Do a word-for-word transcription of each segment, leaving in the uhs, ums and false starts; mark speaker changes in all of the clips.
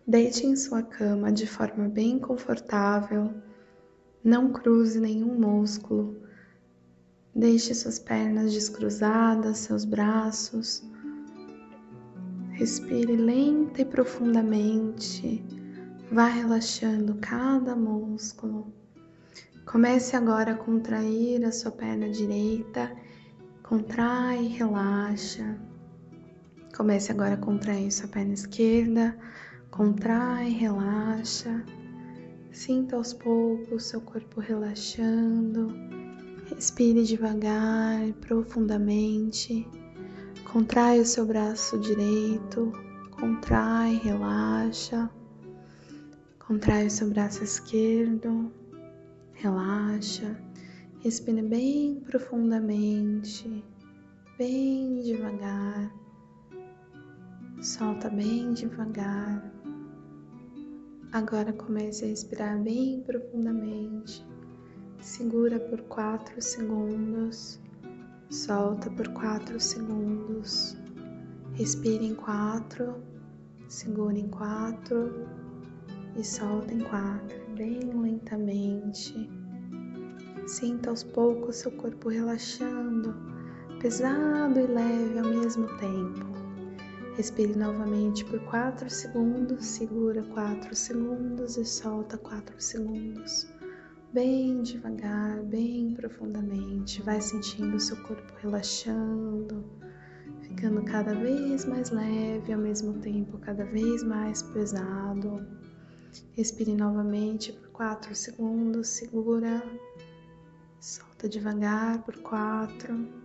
Speaker 1: Deite em sua cama de forma bem confortável, não cruze nenhum músculo. Deixe suas pernas descruzadas, seus braços. Respire lenta e profundamente. Vá relaxando cada músculo. Comece agora a contrair a sua perna direita. Contrai e relaxa. Comece agora a contrair sua perna esquerda. Contrai e relaxa. Sinta aos poucos seu corpo relaxando. Respire devagar e profundamente. Contrai o seu braço direito. Contrai, relaxa. Contrai o seu braço esquerdo. Relaxa. Respire bem profundamente. Bem devagar. Solta bem devagar. Agora comece a respirar bem profundamente. Segura por quatro segundos. Solta por quatro segundos. Respira em quatro. Segura em quatro. E solta em quatro. Bem lentamente. Sinta aos poucos seu corpo relaxando. Pesado e leve ao mesmo tempo. Respire novamente por quatro segundos, segura quatro segundos e solta quatro segundos. Bem devagar, bem profundamente, vai sentindo o seu corpo relaxando, ficando cada vez mais leve, ao mesmo tempo cada vez mais pesado. Respire novamente por quatro segundos, segura, solta devagar por quatro.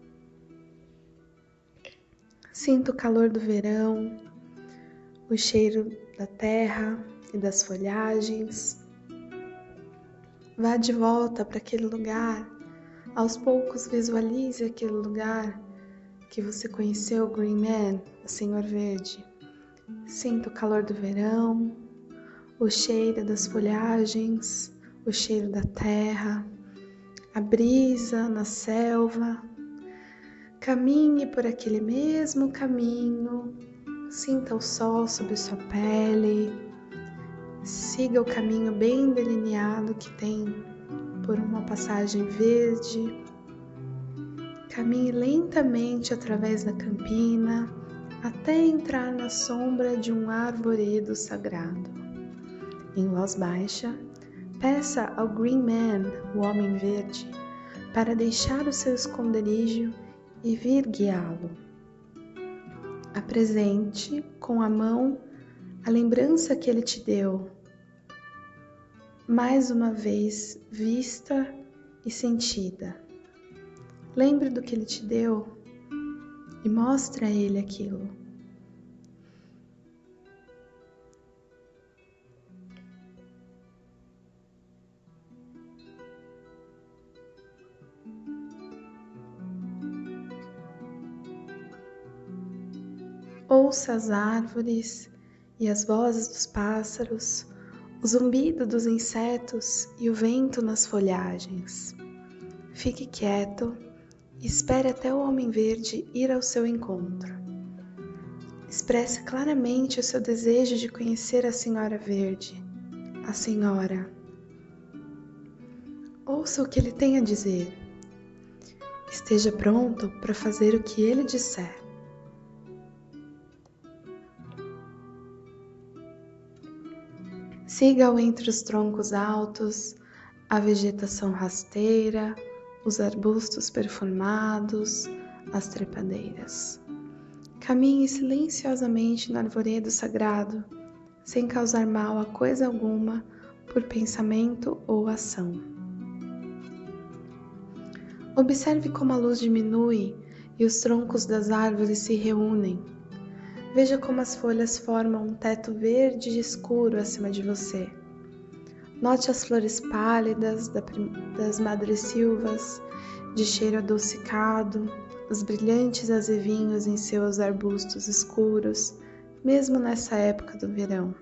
Speaker 1: Sinta o calor do verão, o cheiro da terra e das folhagens. Vá de volta para aquele lugar. Aos poucos visualize aquele lugar que você conheceu, o Green Man, o Senhor Verde. Sinta o calor do verão, o cheiro das folhagens, o cheiro da terra, a brisa na selva. Caminhe por aquele mesmo caminho, sinta o sol sobre sua pele, siga o caminho bem delineado que tem por uma passagem verde. Caminhe lentamente através da campina até entrar na sombra de um arvoredo sagrado. Em voz baixa, peça ao Green Man, o Homem Verde, para deixar o seu esconderijo e vir guiá-lo. Apresente com a mão a lembrança que ele te deu, mais uma vez vista e sentida. Lembre do que ele te deu e mostre a ele aquilo. Ouça as árvores e as vozes dos pássaros, o zumbido dos insetos e o vento nas folhagens. Fique quieto e espere até o Homem Verde ir ao seu encontro. Expresse claramente o seu desejo de conhecer a Senhora Verde, a Senhora. Ouça o que ele tem a dizer. Esteja pronto para fazer o que ele disser. Siga-o entre os troncos altos, a vegetação rasteira, os arbustos perfumados, as trepadeiras. Caminhe silenciosamente no arvoredo sagrado, sem causar mal a coisa alguma por pensamento ou ação. Observe como a luz diminui e os troncos das árvores se reúnem. Veja como as folhas formam um teto verde escuro acima de você. Note as flores pálidas das madressilvas, de cheiro adocicado, os brilhantes azevinhos em seus arbustos escuros, mesmo nessa época do verão.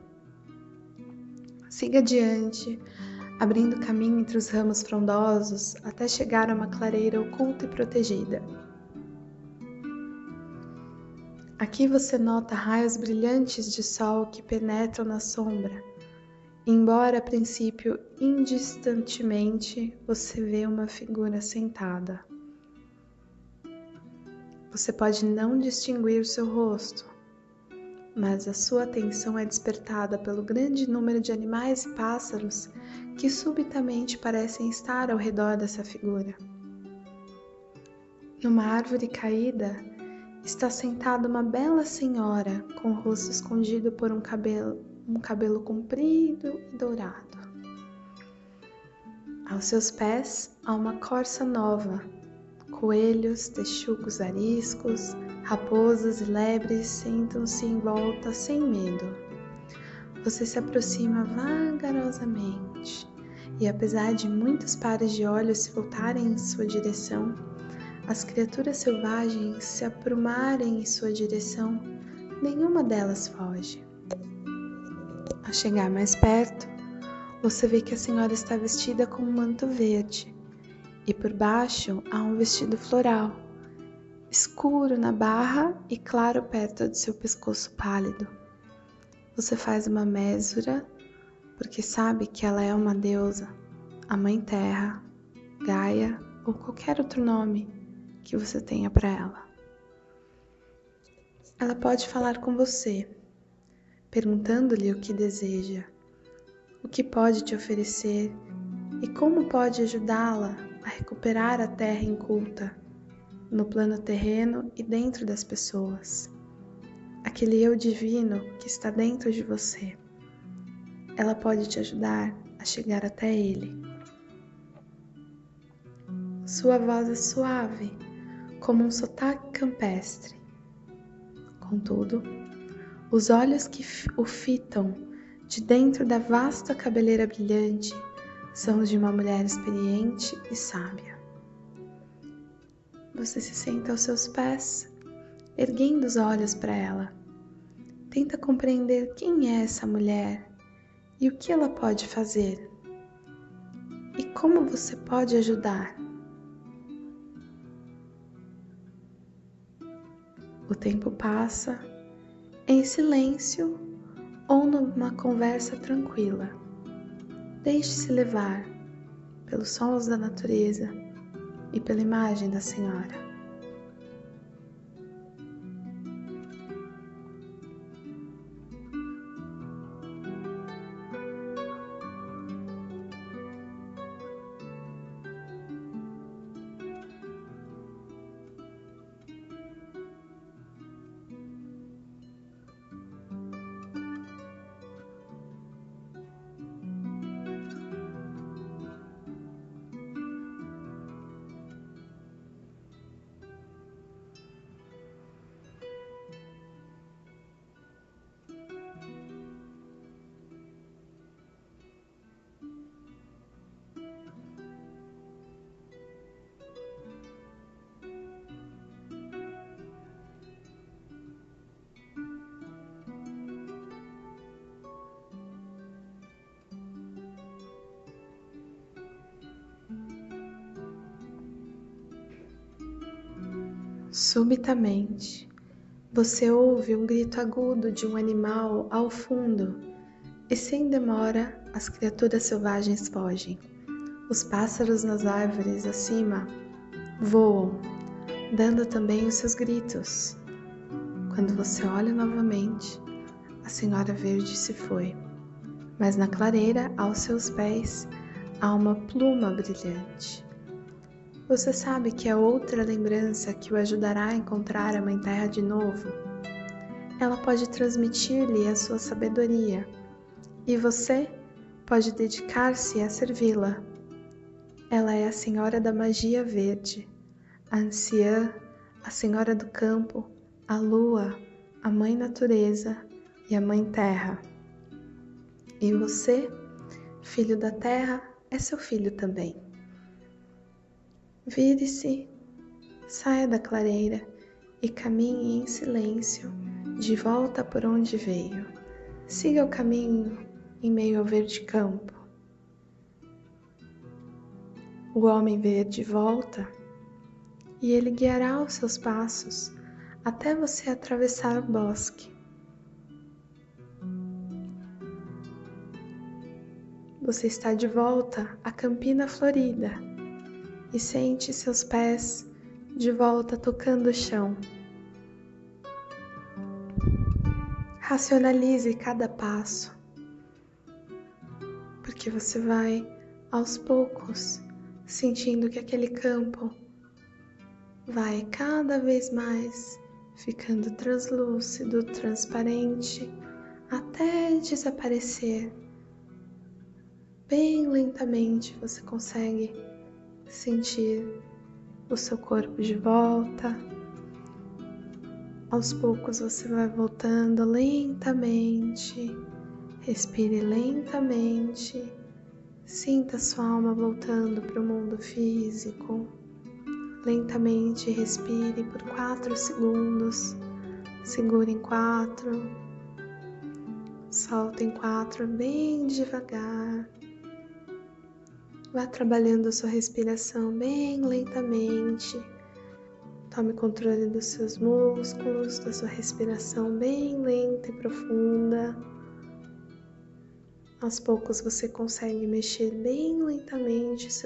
Speaker 1: Siga adiante, abrindo caminho entre os ramos frondosos até chegar a uma clareira oculta e protegida. Aqui você nota raios brilhantes de sol que penetram na sombra. Embora a princípio indistantemente você vê uma figura sentada. Você pode não distinguir o seu rosto, mas a sua atenção é despertada pelo grande número de animais e pássaros que subitamente parecem estar ao redor dessa figura. Numa árvore caída, está sentada uma bela senhora com o rosto escondido por um cabelo, um cabelo comprido e dourado. Aos seus pés há uma corça nova. Coelhos, texugos ariscos, raposas e lebres sentam-se em volta sem medo. Você se aproxima vagarosamente e, apesar de muitos pares de olhos se voltarem em sua direção, as criaturas selvagens se aprumarem em sua direção, nenhuma delas foge. Ao chegar mais perto, você vê que a senhora está vestida com um manto verde e por baixo há um vestido floral, escuro na barra e claro perto do seu pescoço pálido. Você faz uma mesura porque sabe que ela é uma deusa, a Mãe Terra, Gaia ou qualquer outro nome que você tenha para ela. Ela pode falar com você, perguntando-lhe o que deseja, o que pode te oferecer e como pode ajudá-la a recuperar a terra inculta, no plano terreno e dentro das pessoas, aquele eu divino que está dentro de você. Ela pode te ajudar a chegar até ele. Sua voz é suave, como um sotaque campestre. Contudo, os olhos que o fitam de dentro da vasta cabeleira brilhante são os de uma mulher experiente e sábia. Você se senta aos seus pés, erguendo os olhos para ela. Tenta compreender quem é essa mulher e o que ela pode fazer. E como você pode ajudar. O tempo passa em silêncio ou numa conversa tranquila. Deixe-se levar pelos sons da natureza e pela imagem da Senhora. Subitamente, você ouve um grito agudo de um animal ao fundo e, sem demora, as criaturas selvagens fogem. Os pássaros nas árvores acima voam, dando também os seus gritos. Quando você olha novamente, a Senhora Verde se foi, mas na clareira, aos seus pés, há uma pluma brilhante. Você sabe que é outra lembrança que o ajudará a encontrar a Mãe Terra de novo. Ela pode transmitir-lhe a sua sabedoria, e você pode dedicar-se a servi-la. Ela é a Senhora da Magia Verde, a Anciã, a Senhora do Campo, a Lua, a Mãe Natureza e a Mãe Terra. E você, filho da Terra, é seu filho também. Vire-se, saia da clareira e caminhe em silêncio de volta por onde veio. Siga o caminho em meio ao verde campo. O homem verde volta e ele guiará os seus passos até você atravessar o bosque. Você está de volta à Campina Florida e sente seus pés de volta tocando o chão. Racionalize cada passo, porque você vai aos poucos sentindo que aquele campo vai cada vez mais ficando translúcido, transparente, até desaparecer. Bem lentamente você consegue sentir o seu corpo de volta. Aos poucos você vai voltando lentamente, respire lentamente, sinta sua alma voltando para o mundo físico. Lentamente respire por quatro segundos, segure em quatro, solta em quatro bem devagar. Vá trabalhando sua respiração bem lentamente. Tome controle dos seus músculos, da sua respiração bem lenta e profunda. Aos poucos você consegue mexer bem lentamente